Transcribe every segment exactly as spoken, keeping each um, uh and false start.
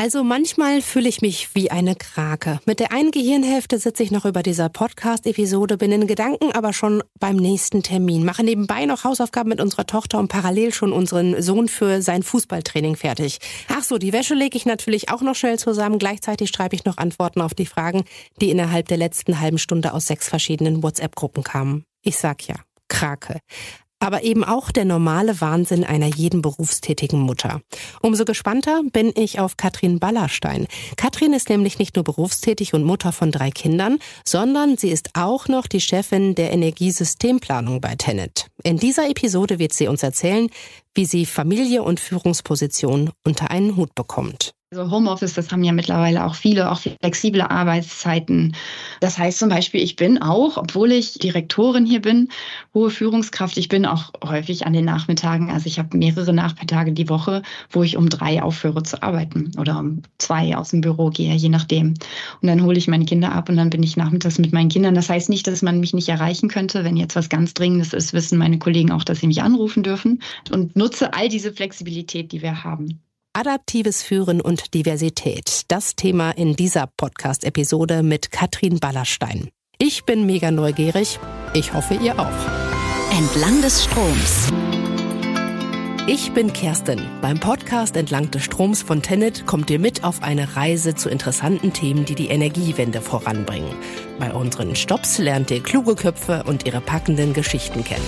Also manchmal fühle ich mich wie eine Krake. Mit der einen Gehirnhälfte sitze ich noch über dieser Podcast-Episode, bin in Gedanken aber schon beim nächsten Termin, mache nebenbei noch Hausaufgaben mit unserer Tochter und parallel schon unseren Sohn für sein Fußballtraining fertig. Ach so, die Wäsche lege ich natürlich auch noch schnell zusammen. Gleichzeitig schreibe ich noch Antworten auf die Fragen, die innerhalb der letzten halben Stunde aus sechs verschiedenen WhatsApp-Gruppen kamen. Ich sag ja, Krake. Aber eben auch der normale Wahnsinn einer jeden berufstätigen Mutter. Umso gespannter bin ich auf Katrin Ballerstein. Katrin ist nämlich nicht nur berufstätig und Mutter von drei Kindern, sondern sie ist auch noch die Chefin der Energiesystemplanung bei TenneT. In dieser Episode wird sie uns erzählen, wie sie Familie und Führungsposition unter einen Hut bekommt. Also Homeoffice, das haben ja mittlerweile auch viele, auch flexible Arbeitszeiten. Das heißt zum Beispiel, ich bin auch, obwohl ich Direktorin hier bin, hohe Führungskraft, ich bin auch häufig an den Nachmittagen, also ich habe mehrere Nachmittage die Woche, wo ich um drei aufhöre zu arbeiten oder um zwei aus dem Büro gehe, je nachdem. Und dann hole ich meine Kinder ab und dann bin ich nachmittags mit meinen Kindern. Das heißt nicht, dass man mich nicht erreichen könnte. Wenn jetzt was ganz Dringendes ist, wissen meine Kollegen auch, dass sie mich anrufen dürfen und nutze all diese Flexibilität, die wir haben. Adaptives Führen und Diversität. Das Thema in dieser Podcast-Episode mit Katrin Ballerstein. Ich bin mega neugierig. Ich hoffe, ihr auch. Entlang des Stroms. Ich bin Kerstin. Beim Podcast Entlang des Stroms von TenneT kommt ihr mit auf eine Reise zu interessanten Themen, die die Energiewende voranbringen. Bei unseren Stopps lernt ihr kluge Köpfe und ihre packenden Geschichten kennen.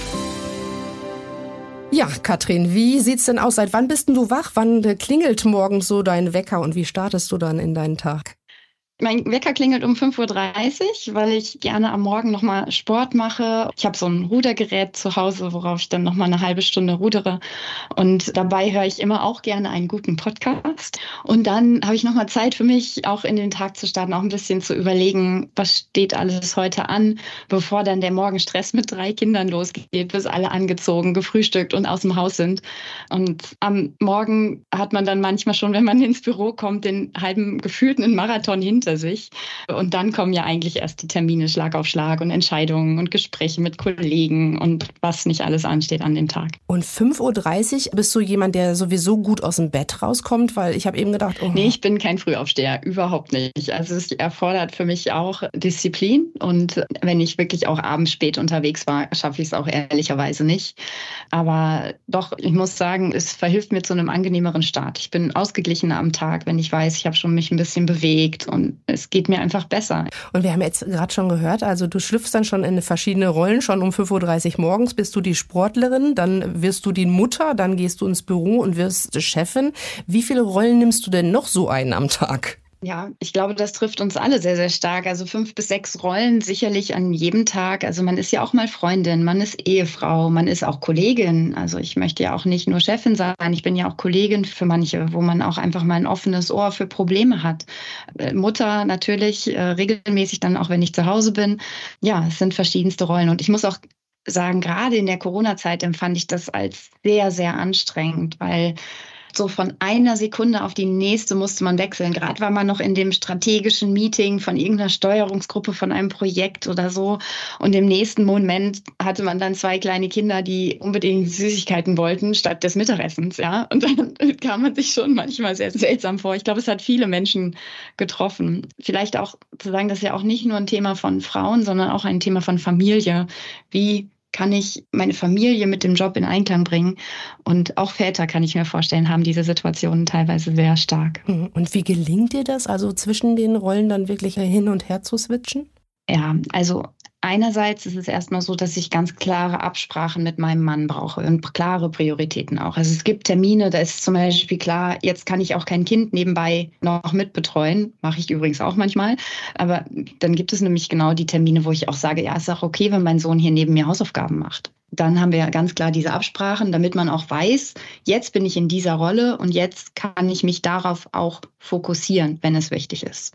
Ja, Katrin, wie sieht's denn aus? Seit wann bist denn du wach? Wann klingelt morgens so dein Wecker und wie startest du dann in deinen Tag? Mein Wecker klingelt um fünf Uhr dreißig, weil ich gerne am Morgen nochmal Sport mache. Ich habe so ein Rudergerät zu Hause, worauf ich dann nochmal eine halbe Stunde rudere. Und dabei höre ich immer auch gerne einen guten Podcast. Und dann habe ich nochmal Zeit für mich, auch in den Tag zu starten, auch ein bisschen zu überlegen, was steht alles heute an, bevor dann der Morgenstress mit drei Kindern losgeht, bis alle angezogen, gefrühstückt und aus dem Haus sind. Und am Morgen hat man dann manchmal schon, wenn man ins Büro kommt, den halben gefühlten Marathon hinter sich. Und dann kommen ja eigentlich erst die Termine Schlag auf Schlag und Entscheidungen und Gespräche mit Kollegen und was nicht alles ansteht an dem Tag. Und fünf Uhr dreißig, bist du jemand, der sowieso gut aus dem Bett rauskommt? Weil ich habe eben gedacht, oh. Nee, ich bin kein Frühaufsteher, überhaupt nicht. Also es erfordert für mich auch Disziplin. Und wenn ich wirklich auch abends spät unterwegs war, schaffe ich es auch ehrlicherweise nicht. Aber doch, ich muss sagen, es verhilft mir zu einem angenehmeren Start. Ich bin ausgeglichener am Tag, wenn ich weiß, ich habe schon mich ein bisschen bewegt und es geht mir einfach besser. Und wir haben jetzt gerade schon gehört, also du schlüpfst dann schon in verschiedene Rollen. Schon um fünf Uhr dreißig morgens bist du die Sportlerin, dann wirst du die Mutter, dann gehst du ins Büro und wirst Chefin. Wie viele Rollen nimmst du denn noch so ein am Tag? Ja, ich glaube, das trifft uns alle sehr, sehr stark. Also fünf bis sechs Rollen sicherlich an jedem Tag. Also man ist ja auch mal Freundin, man ist Ehefrau, man ist auch Kollegin. Also ich möchte ja auch nicht nur Chefin sein, ich bin ja auch Kollegin für manche, wo man auch einfach mal ein offenes Ohr für Probleme hat. Mutter natürlich äh, regelmäßig dann auch, wenn ich zu Hause bin. Ja, es sind verschiedenste Rollen. Und ich muss auch sagen, gerade in der Corona-Zeit empfand ich das als sehr, sehr anstrengend, weil so von einer Sekunde auf die nächste musste man wechseln. Gerade war man noch in dem strategischen Meeting von irgendeiner Steuerungsgruppe von einem Projekt oder so. Und im nächsten Moment hatte man dann zwei kleine Kinder, die unbedingt Süßigkeiten wollten statt des Mittagessens. Ja? Und dann kam man sich schon manchmal sehr seltsam vor. Ich glaube, es hat viele Menschen getroffen. Vielleicht auch zu sagen, das ist ja auch nicht nur ein Thema von Frauen, sondern auch ein Thema von Familie. Wie kann ich meine Familie mit dem Job in Einklang bringen? Und auch Väter, kann ich mir vorstellen, haben diese Situationen teilweise sehr stark. Und wie gelingt dir das, also zwischen den Rollen dann wirklich hin und her zu switchen? Ja, also einerseits ist es erstmal so, dass ich ganz klare Absprachen mit meinem Mann brauche und klare Prioritäten auch. Also es gibt Termine, da ist zum Beispiel klar, jetzt kann ich auch kein Kind nebenbei noch mitbetreuen. Mache ich übrigens auch manchmal. Aber dann gibt es nämlich genau die Termine, wo ich auch sage, ja, ist auch okay, wenn mein Sohn hier neben mir Hausaufgaben macht. Dann haben wir ja ganz klar diese Absprachen, damit man auch weiß, jetzt bin ich in dieser Rolle und jetzt kann ich mich darauf auch fokussieren, wenn es wichtig ist.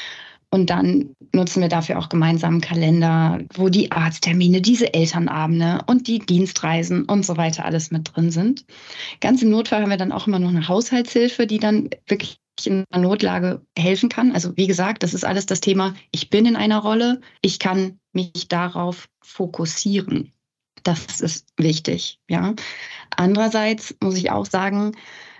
Und dann nutzen wir dafür auch gemeinsam einen Kalender, wo die Arzttermine, diese Elternabende und die Dienstreisen und so weiter alles mit drin sind. Ganz im Notfall haben wir dann auch immer noch eine Haushaltshilfe, die dann wirklich in einer Notlage helfen kann. Also wie gesagt, das ist alles das Thema, ich bin in einer Rolle, ich kann mich darauf fokussieren. Das ist wichtig, ja. Andererseits muss ich auch sagen,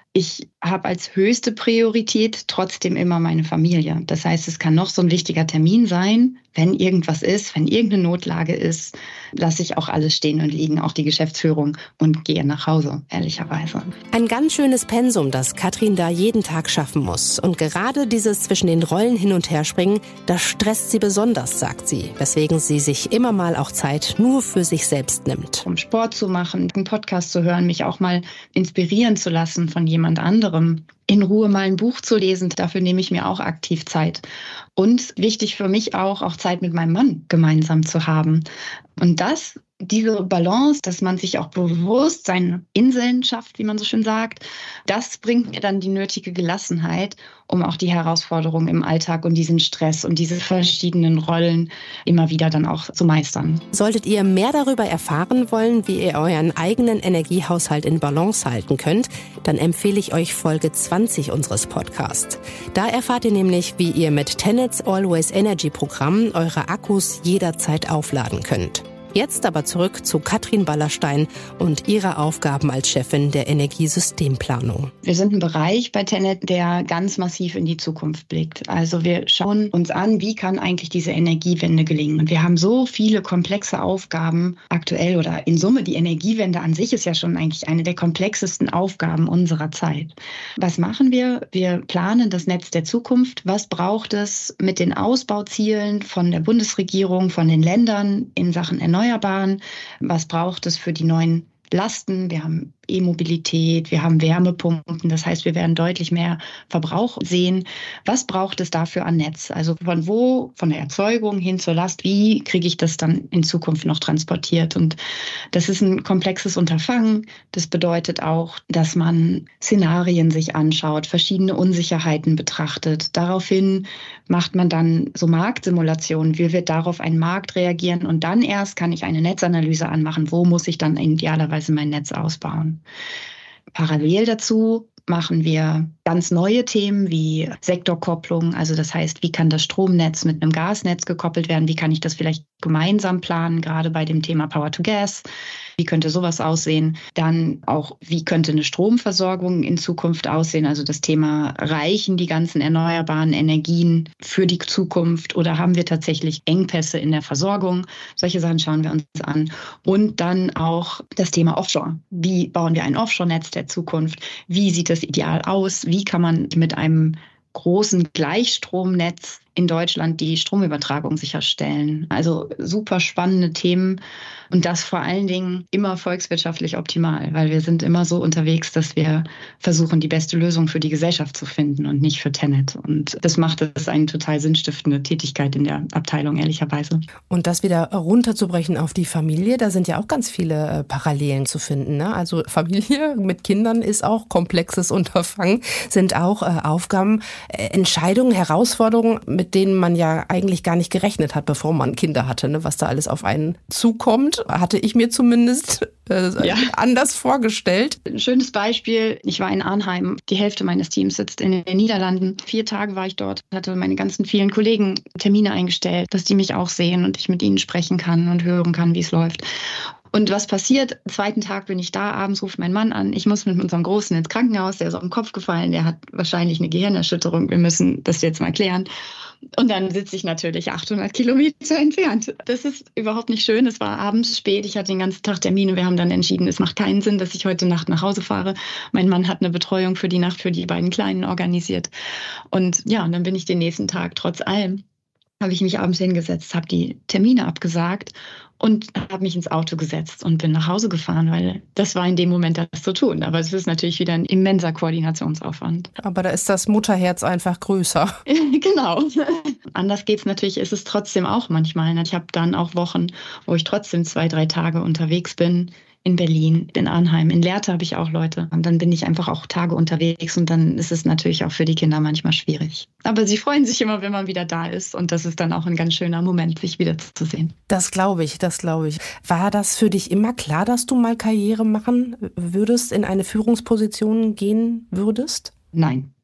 Ich habe als höchste Priorität trotzdem immer meine Familie. Das heißt, es kann noch so ein wichtiger Termin sein. Wenn irgendwas ist, wenn irgendeine Notlage ist, lasse ich auch alles stehen und liegen, auch die Geschäftsführung, und gehe nach Hause, ehrlicherweise. Ein ganz schönes Pensum, das Katrin da jeden Tag schaffen muss. Und gerade dieses zwischen den Rollen hin und her springen, das stresst sie besonders, sagt sie. Weswegen sie sich immer mal auch Zeit nur für sich selbst nimmt. Um Sport zu machen, einen Podcast zu hören, mich auch mal inspirieren zu lassen von jemand anderem, in Ruhe mal ein Buch zu lesen, dafür nehme ich mir auch aktiv Zeit. Und wichtig für mich auch, auch Zeit mit meinem Mann gemeinsam zu haben. Und das, diese Balance, dass man sich auch bewusst seine Inseln schafft, wie man so schön sagt, das bringt mir dann die nötige Gelassenheit, um auch die Herausforderungen im Alltag und diesen Stress und diese verschiedenen Rollen immer wieder dann auch zu meistern. Solltet ihr mehr darüber erfahren wollen, wie ihr euren eigenen Energiehaushalt in Balance halten könnt, dann empfehle ich euch Folge zwanzig unseres Podcasts. Da erfahrt ihr nämlich, wie ihr mit Tenet's Always Energy Programm eure Akkus jederzeit aufladen könnt. Jetzt aber zurück zu Katrin Ballerstein und ihrer Aufgaben als Chefin der Energiesystemplanung. Wir sind ein Bereich bei Tenet, der ganz massiv in die Zukunft blickt. Also wir schauen uns an, wie kann eigentlich diese Energiewende gelingen. Und wir haben so viele komplexe Aufgaben aktuell oder in Summe. Die Energiewende an sich ist ja schon eigentlich eine der komplexesten Aufgaben unserer Zeit. Was machen wir? Wir planen das Netz der Zukunft. Was braucht es mit den Ausbauzielen von der Bundesregierung, von den Ländern in Sachen Erneuerbaren? Erneuerbaren, was braucht es für die neuen Lasten? Wir haben E-Mobilität, wir haben Wärmepumpen, das heißt, wir werden deutlich mehr Verbrauch sehen. Was braucht es dafür an Netz? Also von wo, von der Erzeugung hin zur Last, wie kriege ich das dann in Zukunft noch transportiert? Und das ist ein komplexes Unterfangen. Das bedeutet auch, dass man Szenarien sich anschaut, verschiedene Unsicherheiten betrachtet. Daraufhin macht man dann so Marktsimulationen. Wie wird darauf ein Markt reagieren? Und dann erst kann ich eine Netzanalyse anmachen. Wo muss ich dann idealerweise mein Netz ausbauen? Parallel dazu machen wir ganz neue Themen wie Sektorkopplung. Also das heißt, wie kann das Stromnetz mit einem Gasnetz gekoppelt werden? Wie kann ich das vielleicht gemeinsam planen, gerade bei dem Thema Power to Gas? Wie könnte sowas aussehen? Dann auch, wie könnte eine Stromversorgung in Zukunft aussehen? Also das Thema, reichen die ganzen erneuerbaren Energien für die Zukunft oder haben wir tatsächlich Engpässe in der Versorgung? Solche Sachen schauen wir uns an. Und dann auch das Thema Offshore. Wie bauen wir ein Offshore-Netz der Zukunft? Wie sieht es ideal aus? Wie kann man mit einem großen Gleichstromnetz in Deutschland die Stromübertragung sicherstellen? Also super spannende Themen und das vor allen Dingen immer volkswirtschaftlich optimal, weil wir sind immer so unterwegs, dass wir versuchen, die beste Lösung für die Gesellschaft zu finden und nicht für Tenet. Und das macht es eine total sinnstiftende Tätigkeit in der Abteilung, ehrlicherweise. Und das wieder runterzubrechen auf die Familie, da sind ja auch ganz viele äh, Parallelen zu finden, ne? Also Familie mit Kindern ist auch komplexes Unterfangen, sind auch äh, Aufgaben, äh, Entscheidungen, Herausforderungen, mit denen man ja eigentlich gar nicht gerechnet hat, bevor man Kinder hatte, ne? Was da alles auf einen zukommt, hatte ich mir zumindest äh, ja. anders vorgestellt. Ein schönes Beispiel, ich war in Arnheim, die Hälfte meines Teams sitzt in den Niederlanden. Vier Tage war ich dort, hatte meine ganzen vielen Kollegen Termine eingestellt, dass die mich auch sehen und ich mit ihnen sprechen kann und hören kann, wie es läuft. Und was passiert? Am zweiten Tag bin ich da, abends ruft mein Mann an. Ich muss mit unserem Großen ins Krankenhaus, der ist auf den Kopf gefallen, der hat wahrscheinlich eine Gehirnerschütterung. Wir müssen das jetzt mal klären. Und dann sitze ich natürlich achthundert Kilometer entfernt. Das ist überhaupt nicht schön. Es war abends spät. Ich hatte den ganzen Tag Termine. Wir haben dann entschieden, es macht keinen Sinn, dass ich heute Nacht nach Hause fahre. Mein Mann hat eine Betreuung für die Nacht für die beiden Kleinen organisiert. Und ja, und dann bin ich den nächsten Tag, trotz allem, habe ich mich abends hingesetzt, habe die Termine abgesagt und habe mich ins Auto gesetzt und bin nach Hause gefahren, weil das war in dem Moment das zu tun. Aber es ist natürlich wieder ein immenser Koordinationsaufwand. Aber da ist das Mutterherz einfach größer. Genau. Anders geht's natürlich, ist es trotzdem auch manchmal. Ich habe dann auch Wochen, wo ich trotzdem zwei, drei Tage unterwegs bin. In Berlin, in Arnheim, in Lehrte habe ich auch Leute. Und dann bin ich einfach auch Tage unterwegs und dann ist es natürlich auch für die Kinder manchmal schwierig. Aber sie freuen sich immer, wenn man wieder da ist und das ist dann auch ein ganz schöner Moment, sich wieder zu sehen. Das glaube ich, das glaube ich. War das für dich immer klar, dass du mal Karriere machen würdest, in eine Führungsposition gehen würdest? Nein.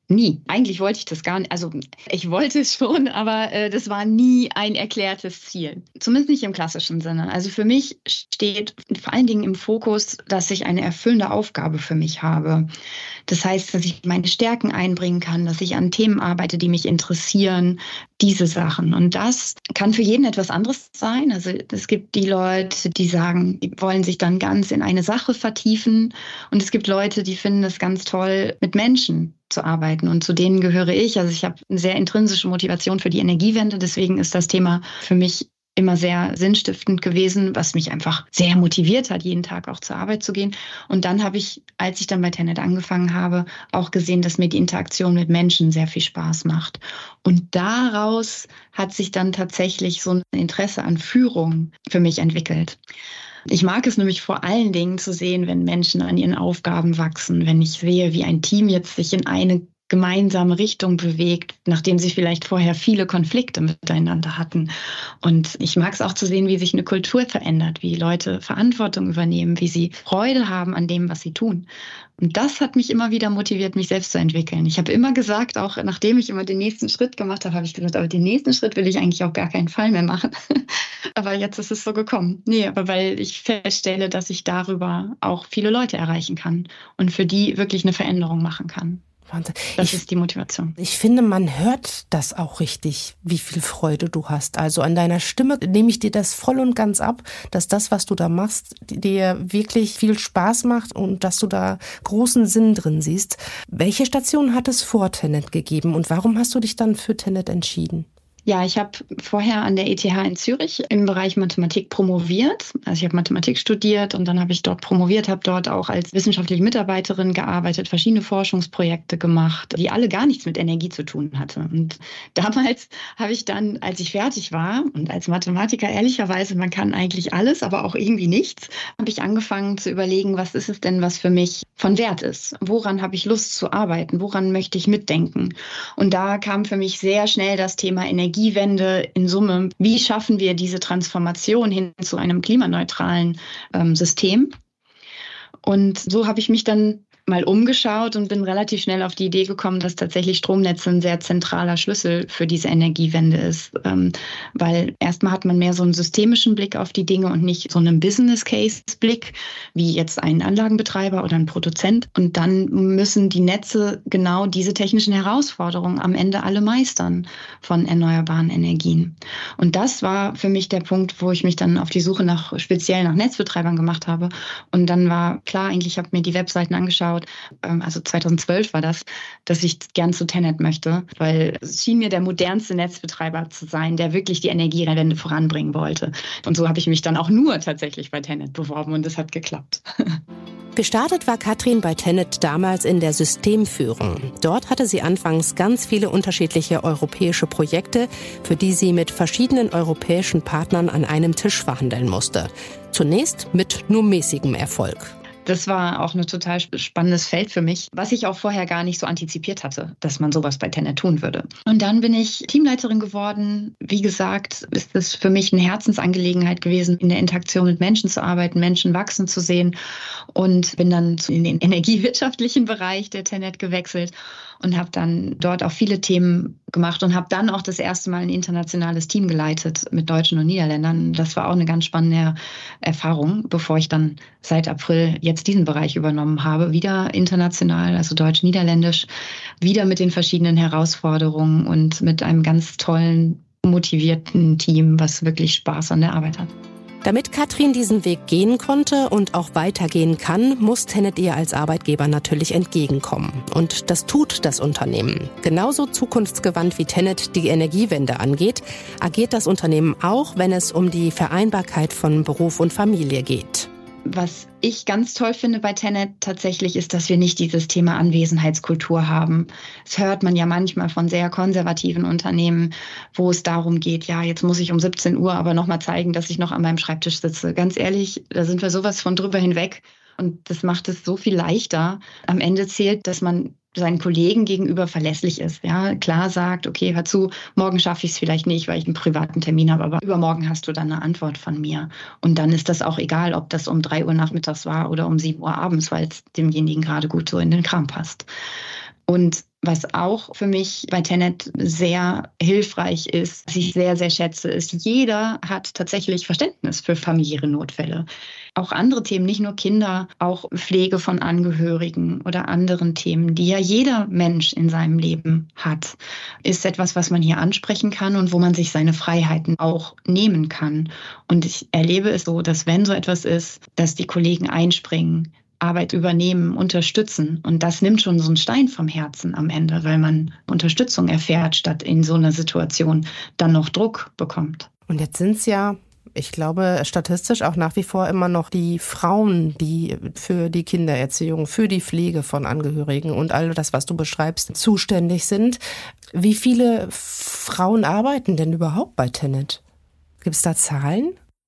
Nie. Eigentlich wollte ich das gar nicht. Also ich wollte es schon, aber äh, das war nie ein erklärtes Ziel. Zumindest nicht im klassischen Sinne. Also für mich steht vor allen Dingen im Fokus, dass ich eine erfüllende Aufgabe für mich habe. Das heißt, dass ich meine Stärken einbringen kann, dass ich an Themen arbeite, die mich interessieren, diese Sachen. Und das kann für jeden etwas anderes sein. Also es gibt die Leute, die sagen, die wollen sich dann ganz in eine Sache vertiefen. Und es gibt Leute, die finden es ganz toll, mit Menschen zu arbeiten. Und zu denen gehöre ich. Also ich habe eine sehr intrinsische Motivation für die Energiewende. Deswegen ist das Thema für mich immer sehr sinnstiftend gewesen, was mich einfach sehr motiviert hat, jeden Tag auch zur Arbeit zu gehen. Und dann habe ich, als ich dann bei Tennet angefangen habe, auch gesehen, dass mir die Interaktion mit Menschen sehr viel Spaß macht. Und daraus hat sich dann tatsächlich so ein Interesse an Führung für mich entwickelt. Ich mag es nämlich vor allen Dingen zu sehen, wenn Menschen an ihren Aufgaben wachsen, wenn ich sehe, wie ein Team jetzt sich in eine gemeinsame Richtung bewegt, nachdem sie vielleicht vorher viele Konflikte miteinander hatten. Und ich mag es auch zu sehen, wie sich eine Kultur verändert, wie Leute Verantwortung übernehmen, wie sie Freude haben an dem, was sie tun. Und das hat mich immer wieder motiviert, mich selbst zu entwickeln. Ich habe immer gesagt, auch nachdem ich immer den nächsten Schritt gemacht habe, habe ich gesagt, aber den nächsten Schritt will ich eigentlich auf gar keinen Fall mehr machen. Aber jetzt ist es so gekommen. Nee, aber weil ich feststelle, dass ich darüber auch viele Leute erreichen kann und für die wirklich eine Veränderung machen kann. Wahnsinn. Das ich, ist die Motivation. Ich finde, man hört das auch richtig, wie viel Freude du hast. Also an deiner Stimme nehme ich dir das voll und ganz ab, dass das, was du da machst, dir wirklich viel Spaß macht und dass du da großen Sinn drin siehst. Welche Station hat es vor Tennet gegeben und warum hast du dich dann für Tennet entschieden? Ja, ich habe vorher an der E T H in Zürich im Bereich Mathematik promoviert. Also ich habe Mathematik studiert und dann habe ich dort promoviert, habe dort auch als wissenschaftliche Mitarbeiterin gearbeitet, verschiedene Forschungsprojekte gemacht, die alle gar nichts mit Energie zu tun hatten. Und damals habe ich dann, als ich fertig war und als Mathematiker ehrlicherweise, man kann eigentlich alles, aber auch irgendwie nichts, habe ich angefangen zu überlegen, was ist es denn, was für mich von Wert ist? Woran habe ich Lust zu arbeiten? Woran möchte ich mitdenken? Und da kam für mich sehr schnell das Thema Energie. Energiewende in Summe. Wie schaffen wir diese Transformation hin zu einem klimaneutralen ähm, System? Und so habe ich mich dann mal umgeschaut und bin relativ schnell auf die Idee gekommen, dass tatsächlich Stromnetze ein sehr zentraler Schlüssel für diese Energiewende ist. Ähm, weil erstmal hat man mehr so einen systemischen Blick auf die Dinge und nicht so einen Business-Case-Blick, wie jetzt ein Anlagenbetreiber oder ein Produzent. Und dann müssen die Netze genau diese technischen Herausforderungen am Ende alle meistern von erneuerbaren Energien. Und das war für mich der Punkt, wo ich mich dann auf die Suche nach speziell nach Netzbetreibern gemacht habe. Und dann war klar, eigentlich habe ich mir die Webseiten angeschaut, also zweitausendzwölf war das, dass ich gern zu Tennet möchte, weil es schien mir der modernste Netzbetreiber zu sein, der wirklich die Energiewende voranbringen wollte. Und so habe ich mich dann auch nur tatsächlich bei Tennet beworben und es hat geklappt. Gestartet war Katrin bei Tennet damals in der Systemführung. Dort hatte sie anfangs ganz viele unterschiedliche europäische Projekte, für die sie mit verschiedenen europäischen Partnern an einem Tisch verhandeln musste. Zunächst mit nur mäßigem Erfolg. Das war auch ein total spannendes Feld für mich, was ich auch vorher gar nicht so antizipiert hatte, dass man sowas bei Tennet tun würde. Und dann bin ich Teamleiterin geworden. Wie gesagt, ist es für mich eine Herzensangelegenheit gewesen, in der Interaktion mit Menschen zu arbeiten, Menschen wachsen zu sehen und bin dann in den energiewirtschaftlichen Bereich der Tennet gewechselt und habe dann dort auch viele Themen gemacht und habe dann auch das erste Mal ein internationales Team geleitet mit Deutschen und Niederländern. Das war auch eine ganz spannende Erfahrung, bevor ich dann seit April jetzt diesen Bereich übernommen habe. Wieder international, also deutsch-niederländisch, wieder mit den verschiedenen Herausforderungen und mit einem ganz tollen, motivierten Team, was wirklich Spaß an der Arbeit hat. Damit Katrin diesen Weg gehen konnte und auch weitergehen kann, muss Tennet ihr als Arbeitgeber natürlich entgegenkommen. Und das tut das Unternehmen. Genauso zukunftsgewandt wie Tennet die Energiewende angeht, agiert das Unternehmen auch, wenn es um die Vereinbarkeit von Beruf und Familie geht. Was ich ganz toll finde bei Tennet tatsächlich ist, dass wir nicht dieses Thema Anwesenheitskultur haben. Das hört man ja manchmal von sehr konservativen Unternehmen, wo es darum geht, ja, jetzt muss ich um siebzehn Uhr aber nochmal zeigen, dass ich noch an meinem Schreibtisch sitze. Ganz ehrlich, da sind wir sowas von drüber hinweg. Und das macht es so viel leichter. Am Ende zählt, dass man seinen Kollegen gegenüber verlässlich ist. Ja, klar sagt, okay, hör zu, morgen schaffe ich es vielleicht nicht, weil ich einen privaten Termin habe, aber übermorgen hast du dann eine Antwort von mir. Und dann ist das auch egal, ob das um drei Uhr nachmittags war oder um sieben Uhr abends, weil es demjenigen gerade gut so in den Kram passt. Und Was auch für mich bei Tenet sehr hilfreich ist, was ich sehr, sehr schätze, ist, jeder hat tatsächlich Verständnis für familiäre Notfälle. Auch andere Themen, nicht nur Kinder, auch Pflege von Angehörigen oder anderen Themen, die ja jeder Mensch in seinem Leben hat, ist etwas, was man hier ansprechen kann und wo man sich seine Freiheiten auch nehmen kann. Und ich erlebe es so, dass wenn so etwas ist, dass die Kollegen einspringen, Arbeit übernehmen, unterstützen. Und das nimmt schon so einen Stein vom Herzen am Ende, weil man Unterstützung erfährt, statt in so einer Situation dann noch Druck bekommt. Und jetzt sind es ja, ich glaube, statistisch auch nach wie vor immer noch die Frauen, die für die Kindererziehung, für die Pflege von Angehörigen und all das, was du beschreibst, zuständig sind. Wie viele Frauen arbeiten denn überhaupt bei Tenet? Gibt es da Zahlen?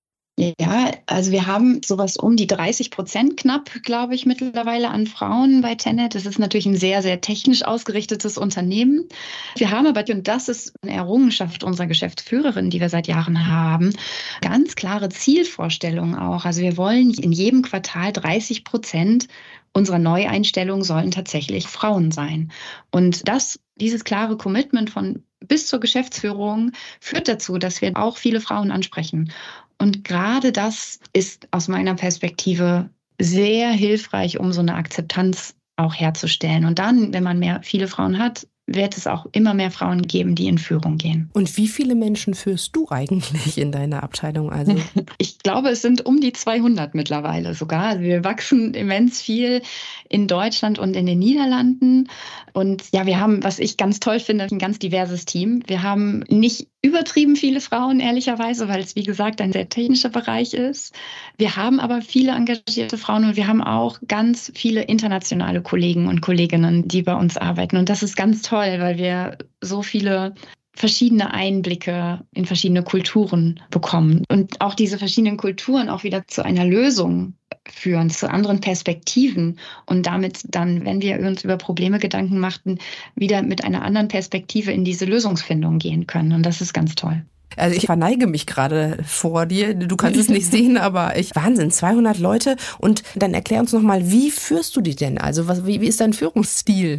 Ja, also wir haben sowas um die dreißig Prozent knapp, glaube ich, mittlerweile an Frauen bei Tenet. Das ist natürlich ein sehr, sehr technisch ausgerichtetes Unternehmen. Wir haben aber, und das ist eine Errungenschaft unserer Geschäftsführerin, die wir seit Jahren haben, ganz klare Zielvorstellungen auch. Also wir wollen in jedem Quartal dreißig Prozent unserer Neueinstellungen sollen tatsächlich Frauen sein. Und das, dieses klare Commitment von bis zur Geschäftsführung führt dazu, dass wir auch viele Frauen ansprechen. Und gerade das ist aus meiner Perspektive sehr hilfreich, um so eine Akzeptanz auch herzustellen. Und dann, wenn man mehr viele Frauen hat, wird es auch immer mehr Frauen geben, die in Führung gehen. Und wie viele Menschen führst du eigentlich in deiner Abteilung? Also ich glaube, es sind um die zweihundert mittlerweile sogar. Also wir wachsen immens viel in Deutschland und in den Niederlanden. Und ja, wir haben, was ich ganz toll finde, ein ganz diverses Team. Wir haben nicht übertrieben viele Frauen, ehrlicherweise, weil es, wie gesagt, ein sehr technischer Bereich ist. Wir haben aber viele engagierte Frauen und wir haben auch ganz viele internationale Kollegen und Kolleginnen, die bei uns arbeiten. Und das ist ganz toll, weil wir so viele verschiedene Einblicke in verschiedene Kulturen bekommen und auch diese verschiedenen Kulturen auch wieder zu einer Lösung führen, zu anderen Perspektiven und damit dann, wenn wir uns über Probleme Gedanken machten, wieder mit einer anderen Perspektive in diese Lösungsfindung gehen können. Und das ist ganz toll. Also ich verneige mich gerade vor dir. Du kannst es nicht sehen, aber ich Wahnsinn, zweihundert Leute. Und dann erklär uns nochmal, wie führst du die denn? Also was, wie, wie ist dein Führungsstil?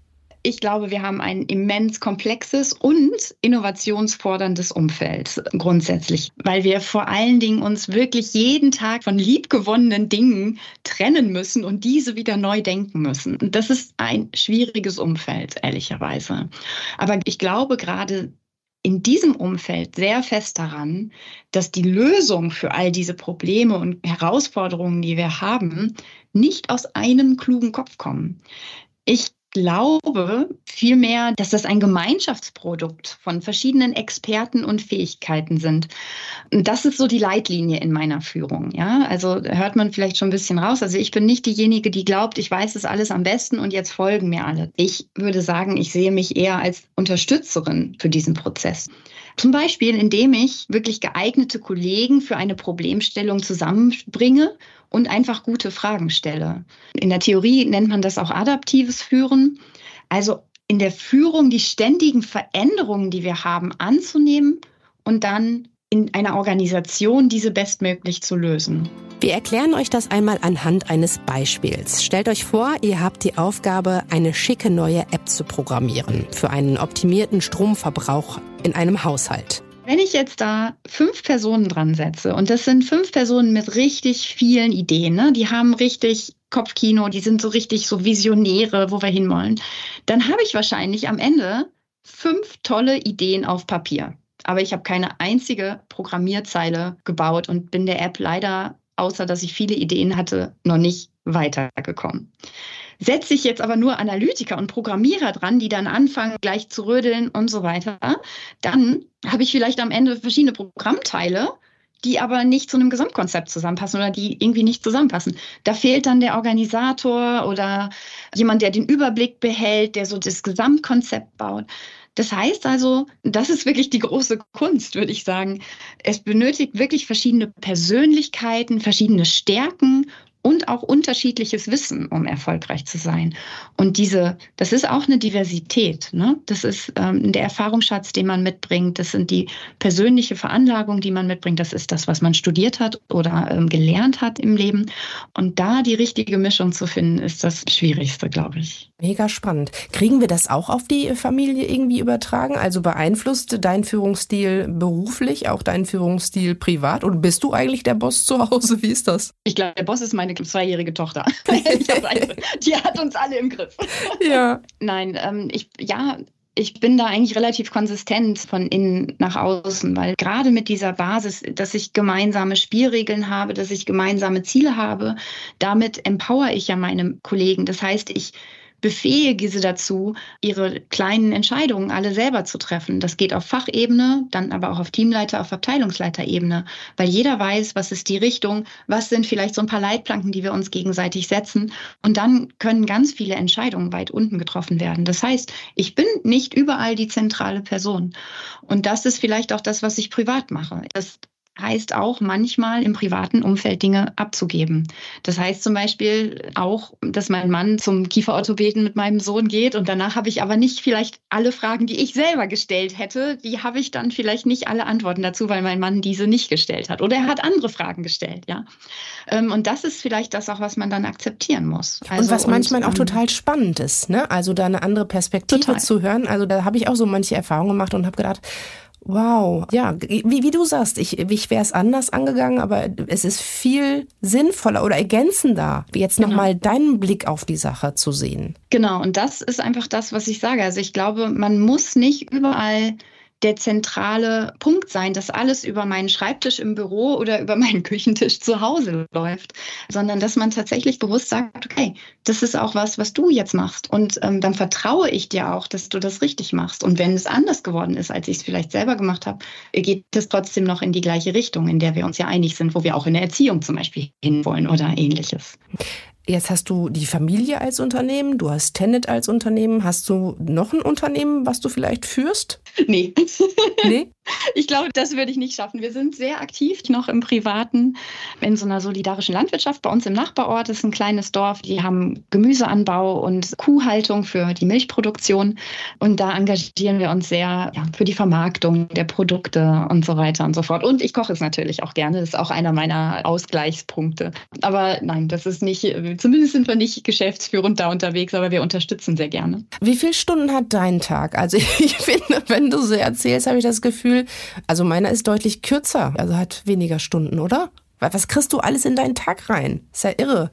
Ich glaube, wir haben ein immens komplexes und innovationsforderndes Umfeld grundsätzlich, weil wir vor allen Dingen uns wirklich jeden Tag von liebgewonnenen Dingen trennen müssen und diese wieder neu denken müssen. Und das ist ein schwieriges Umfeld, ehrlicherweise. Aber ich glaube gerade in diesem Umfeld sehr fest daran, dass die Lösung für all diese Probleme und Herausforderungen, die wir haben, nicht aus einem klugen Kopf kommen. Ich glaube vielmehr, dass das ein Gemeinschaftsprodukt von verschiedenen Experten und Fähigkeiten sind. Und das ist so die Leitlinie in meiner Führung. Ja, also hört man vielleicht schon ein bisschen raus. Also ich bin nicht diejenige, die glaubt, ich weiß es alles am besten und jetzt folgen mir alle. Ich würde sagen, ich sehe mich eher als Unterstützerin für diesen Prozess. Zum Beispiel, indem ich wirklich geeignete Kollegen für eine Problemstellung zusammenbringe und einfach gute Fragen stelle. In der Theorie nennt man das auch adaptives Führen. Also in der Führung die ständigen Veränderungen, die wir haben, anzunehmen und dann in einer Organisation diese bestmöglich zu lösen. Wir erklären euch das einmal anhand eines Beispiels. Stellt euch vor, ihr habt die Aufgabe, eine schicke neue App zu programmieren für einen optimierten Stromverbrauch in einem Haushalt. Wenn ich jetzt da fünf Personen dran setze, und das sind fünf Personen mit richtig vielen Ideen, ne? Die haben richtig Kopfkino, die sind so richtig so Visionäre, wo wir hinwollen, dann habe ich wahrscheinlich am Ende fünf tolle Ideen auf Papier. Aber ich habe keine einzige Programmierzeile gebaut und bin der App leider, außer dass ich viele Ideen hatte, noch nicht weitergekommen. Setze ich jetzt aber nur Analytiker und Programmierer dran, die dann anfangen, gleich zu rödeln und so weiter, dann habe ich vielleicht am Ende verschiedene Programmteile, die aber nicht zu einem Gesamtkonzept zusammenpassen oder die irgendwie nicht zusammenpassen. Da fehlt dann der Organisator oder jemand, der den Überblick behält, der so das Gesamtkonzept baut. Das heißt also, das ist wirklich die große Kunst, würde ich sagen. Es benötigt wirklich verschiedene Persönlichkeiten, verschiedene Stärken und auch unterschiedliches Wissen, um erfolgreich zu sein. Und diese, das ist auch eine Diversität, ne? Das ist ähm, der Erfahrungsschatz, den man mitbringt. Das sind die persönliche Veranlagung, die man mitbringt. Das ist das, was man studiert hat oder ähm, gelernt hat im Leben. Und da die richtige Mischung zu finden, ist das Schwierigste, glaube ich. Mega spannend. Kriegen wir das auch auf die Familie irgendwie übertragen? Also beeinflusst dein Führungsstil beruflich, auch dein Führungsstil privat? Und bist du eigentlich der Boss zu Hause? Wie ist das? Ich glaube, der Boss ist meine zweijährige Tochter. Die hat uns alle im Griff. Ja. Nein, ähm, ich, ja, ich bin da eigentlich relativ konsistent von innen nach außen, weil gerade mit dieser Basis, dass ich gemeinsame Spielregeln habe, dass ich gemeinsame Ziele habe, damit empower ich ja meine Kollegen. Das heißt, ich befähige sie dazu, ihre kleinen Entscheidungen alle selber zu treffen. Das geht auf Fachebene, dann aber auch auf Teamleiter-, auf Abteilungsleiterebene, weil jeder weiß, was ist die Richtung, was sind vielleicht so ein paar Leitplanken, die wir uns gegenseitig setzen. Und dann können ganz viele Entscheidungen weit unten getroffen werden. Das heißt, ich bin nicht überall die zentrale Person. Und das ist vielleicht auch das, was ich privat mache. Das heißt auch manchmal im privaten Umfeld Dinge abzugeben. Das heißt zum Beispiel auch, dass mein Mann zum Kieferorthopäden mit meinem Sohn geht und danach habe ich aber nicht vielleicht alle Fragen, die ich selber gestellt hätte, die habe ich dann vielleicht nicht alle Antworten dazu, weil mein Mann diese nicht gestellt hat. Oder er hat andere Fragen gestellt, ja. Und das ist vielleicht das auch, was man dann akzeptieren muss. Also, und was manchmal und, auch total spannend ist, ne? Also da eine andere Perspektive total zu hören. Also da habe ich auch so manche Erfahrungen gemacht und habe gedacht, wow, ja, wie, wie du sagst, ich, ich wäre es anders angegangen, aber es ist viel sinnvoller oder ergänzender, jetzt genau. nochmal deinen Blick auf die Sache zu sehen. Genau, und das ist einfach das, was ich sage. Also ich glaube, man muss nicht überall der zentrale Punkt sein, dass alles über meinen Schreibtisch im Büro oder über meinen Küchentisch zu Hause läuft, sondern dass man tatsächlich bewusst sagt, okay, das ist auch was, was du jetzt machst und ähm, dann vertraue ich dir auch, dass du das richtig machst. Und wenn es anders geworden ist, als ich es vielleicht selber gemacht habe, geht es trotzdem noch in die gleiche Richtung, in der wir uns ja einig sind, wo wir auch in der Erziehung zum Beispiel hinwollen oder Ähnliches. Jetzt hast du die Familie als Unternehmen, du hast Tenet als Unternehmen. Hast du noch ein Unternehmen, was du vielleicht führst? Nee. Nee? Ich glaube, das würde ich nicht schaffen. Wir sind sehr aktiv noch im Privaten, in so einer solidarischen Landwirtschaft. Bei uns im Nachbarort ist ein kleines Dorf. Die haben Gemüseanbau und Kuhhaltung für die Milchproduktion. Und da engagieren wir uns sehr ja, für die Vermarktung der Produkte und so weiter und so fort. Und ich koche es natürlich auch gerne. Das ist auch einer meiner Ausgleichspunkte. Aber nein, das ist nicht, zumindest sind wir nicht geschäftsführend da unterwegs, aber wir unterstützen sehr gerne. Wie viele Stunden hat dein Tag? Also ich finde, wenn du so erzählst, habe ich das Gefühl, also meiner ist deutlich kürzer, also hat weniger Stunden, oder? Was kriegst du alles in deinen Tag rein? Ist ja irre.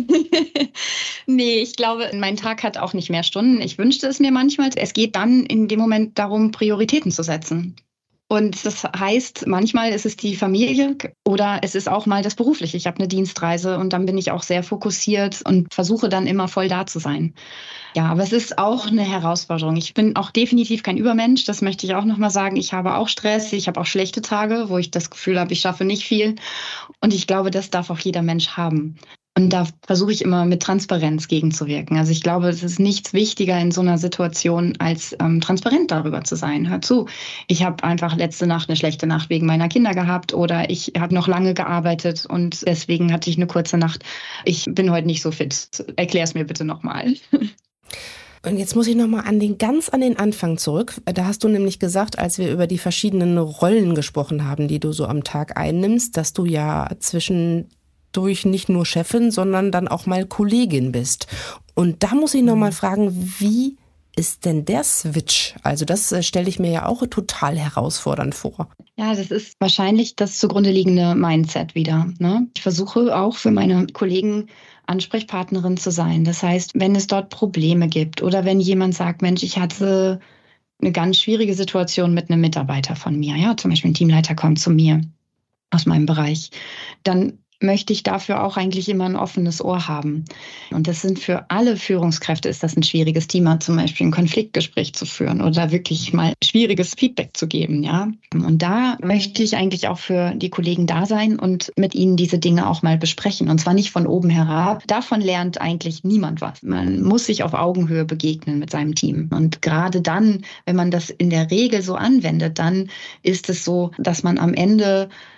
Nee, ich glaube, mein Tag hat auch nicht mehr Stunden. Ich wünschte es mir manchmal. Es geht dann in dem Moment darum, Prioritäten zu setzen. Und das heißt, manchmal ist es die Familie oder es ist auch mal das Berufliche. Ich habe eine Dienstreise und dann bin ich auch sehr fokussiert und versuche dann immer voll da zu sein. Ja, aber es ist auch eine Herausforderung. Ich bin auch definitiv kein Übermensch, das möchte ich auch nochmal sagen. Ich habe auch Stress, ich habe auch schlechte Tage, wo ich das Gefühl habe, ich schaffe nicht viel. Und ich glaube, das darf auch jeder Mensch haben. Und da versuche ich immer mit Transparenz gegenzuwirken. Also ich glaube, es ist nichts wichtiger in so einer Situation, als ähm, transparent darüber zu sein. Hör zu, ich habe einfach letzte Nacht eine schlechte Nacht wegen meiner Kinder gehabt oder ich habe noch lange gearbeitet und deswegen hatte ich eine kurze Nacht. Ich bin heute nicht so fit. Erklär es mir bitte nochmal. Und jetzt muss ich nochmal an den, ganz an den Anfang zurück. Da hast du nämlich gesagt, als wir über die verschiedenen Rollen gesprochen haben, die du so am Tag einnimmst, dass du ja zwischen durch nicht nur Chefin, sondern dann auch mal Kollegin bist. Und da muss ich noch mal fragen, wie ist denn der Switch? Also das äh, stelle ich mir ja auch total herausfordernd vor. Ja, das ist wahrscheinlich das zugrunde liegende Mindset wieder, ne? Ich versuche auch für meine Kollegen Ansprechpartnerin zu sein. Das heißt, wenn es dort Probleme gibt oder wenn jemand sagt, Mensch, ich hatte eine ganz schwierige Situation mit einem Mitarbeiter von mir, ja, zum Beispiel ein Teamleiter kommt zu mir aus meinem Bereich, dann möchte ich dafür auch eigentlich immer ein offenes Ohr haben. Und das sind für alle Führungskräfte ist das ein schwieriges Thema, zum Beispiel ein Konfliktgespräch zu führen oder wirklich mal schwieriges Feedback zu geben, ja. Und da möchte ich eigentlich auch für die Kollegen da sein und mit ihnen diese Dinge auch mal besprechen. Und zwar nicht von oben herab. Davon lernt eigentlich niemand was. Man muss sich auf Augenhöhe begegnen mit seinem Team. Und gerade dann, wenn man das in der Regel so anwendet, dann ist es so, dass man am Ende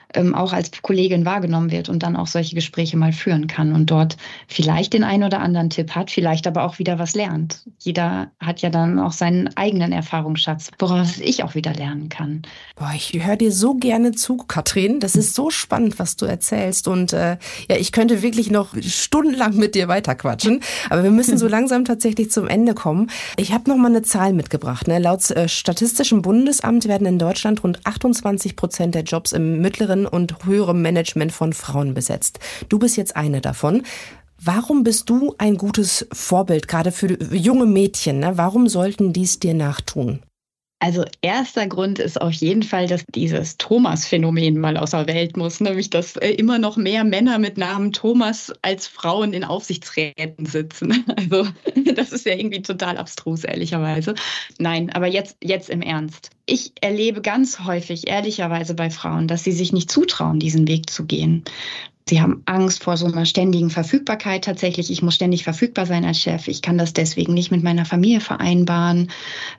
ähm, auch als Kollegin wahrgenommen wird und dann auch solche Gespräche mal führen kann und dort vielleicht den einen oder anderen Tipp hat, vielleicht aber auch wieder was lernt. Jeder hat ja dann auch seinen eigenen Erfahrungsschatz, woraus ich auch wieder lernen kann. Boah, ich höre dir so gerne zu, Katrin. Das ist so spannend, was du erzählst. Und äh, ja, ich könnte wirklich noch stundenlang mit dir weiterquatschen. Aber wir müssen so langsam tatsächlich zum Ende kommen. Ich habe noch mal eine Zahl mitgebracht. Ne? Laut äh, Statistischem Bundesamt werden in Deutschland rund achtundzwanzig Prozent der Jobs im mittleren und höheren Management von Frauen besetzt. Du bist jetzt eine davon. Warum bist du ein gutes Vorbild, gerade für junge Mädchen? Ne? Warum sollten die es dir nachtun? Also erster Grund ist auf jeden Fall, dass dieses Thomas-Phänomen mal aus der Welt muss, nämlich dass immer noch mehr Männer mit Namen Thomas als Frauen in Aufsichtsräten sitzen. Also das ist ja irgendwie total abstrus, ehrlicherweise. Nein, aber jetzt, jetzt im Ernst. Ich erlebe ganz häufig, ehrlicherweise bei Frauen, dass sie sich nicht zutrauen, diesen Weg zu gehen. Sie haben Angst vor so einer ständigen Verfügbarkeit tatsächlich. Ich muss ständig verfügbar sein als Chef. Ich kann das deswegen nicht mit meiner Familie vereinbaren.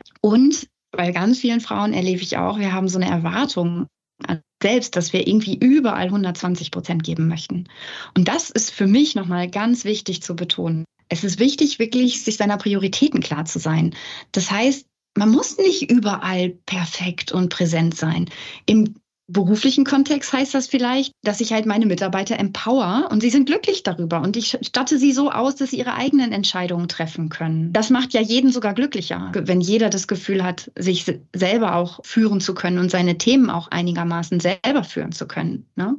Und bei ganz vielen Frauen erlebe ich auch, wir haben so eine Erwartung an selbst, dass wir irgendwie überall hundertzwanzig Prozent geben möchten. Und das ist für mich nochmal ganz wichtig zu betonen. Es ist wichtig, wirklich sich seiner Prioritäten klar zu sein. Das heißt, man muss nicht überall perfekt und präsent sein. Im beruflichen Kontext heißt das vielleicht, dass ich halt meine Mitarbeiter empower und sie sind glücklich darüber und ich statte sie so aus, dass sie ihre eigenen Entscheidungen treffen können. Das macht ja jeden sogar glücklicher, wenn jeder das Gefühl hat, sich selber auch führen zu können und seine Themen auch einigermaßen selber führen zu können, ne?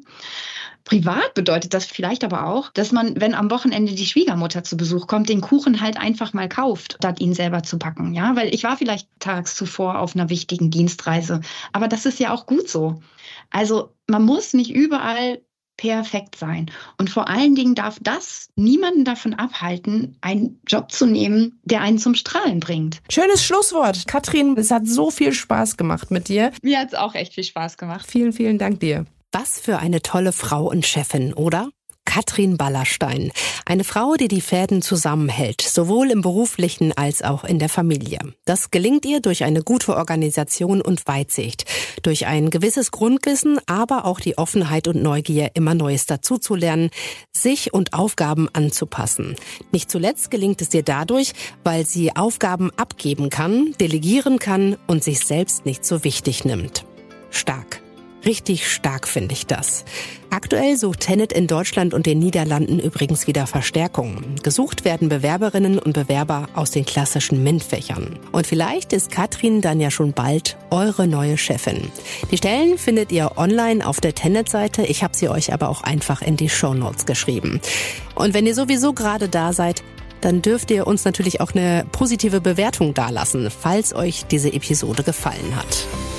Privat bedeutet das vielleicht aber auch, dass man, wenn am Wochenende die Schwiegermutter zu Besuch kommt, den Kuchen halt einfach mal kauft, statt ihn selber zu backen. Ja, weil ich war vielleicht tags zuvor auf einer wichtigen Dienstreise. Aber das ist ja auch gut so. Also man muss nicht überall perfekt sein. Und vor allen Dingen darf das niemanden davon abhalten, einen Job zu nehmen, der einen zum Strahlen bringt. Schönes Schlusswort. Katrin, es hat so viel Spaß gemacht mit dir. Mir hat es auch echt viel Spaß gemacht. Vielen, vielen Dank dir. Was für eine tolle Frau und Chefin, oder? Katrin Ballerstein. Eine Frau, die die Fäden zusammenhält, sowohl im beruflichen als auch in der Familie. Das gelingt ihr durch eine gute Organisation und Weitsicht, durch ein gewisses Grundwissen, aber auch die Offenheit und Neugier, immer Neues dazuzulernen, sich und Aufgaben anzupassen. Nicht zuletzt gelingt es ihr dadurch, weil sie Aufgaben abgeben kann, delegieren kann und sich selbst nicht so wichtig nimmt. Stark. Richtig stark finde ich das. Aktuell sucht Tennet in Deutschland und den Niederlanden übrigens wieder Verstärkung. Gesucht werden Bewerberinnen und Bewerber aus den klassischen MINT-Fächern. Und vielleicht ist Katrin dann ja schon bald eure neue Chefin. Die Stellen findet ihr online auf der Tennet-Seite. Ich habe sie euch aber auch einfach in die Shownotes geschrieben. Und wenn ihr sowieso gerade da seid, dann dürft ihr uns natürlich auch eine positive Bewertung dalassen, falls euch diese Episode gefallen hat.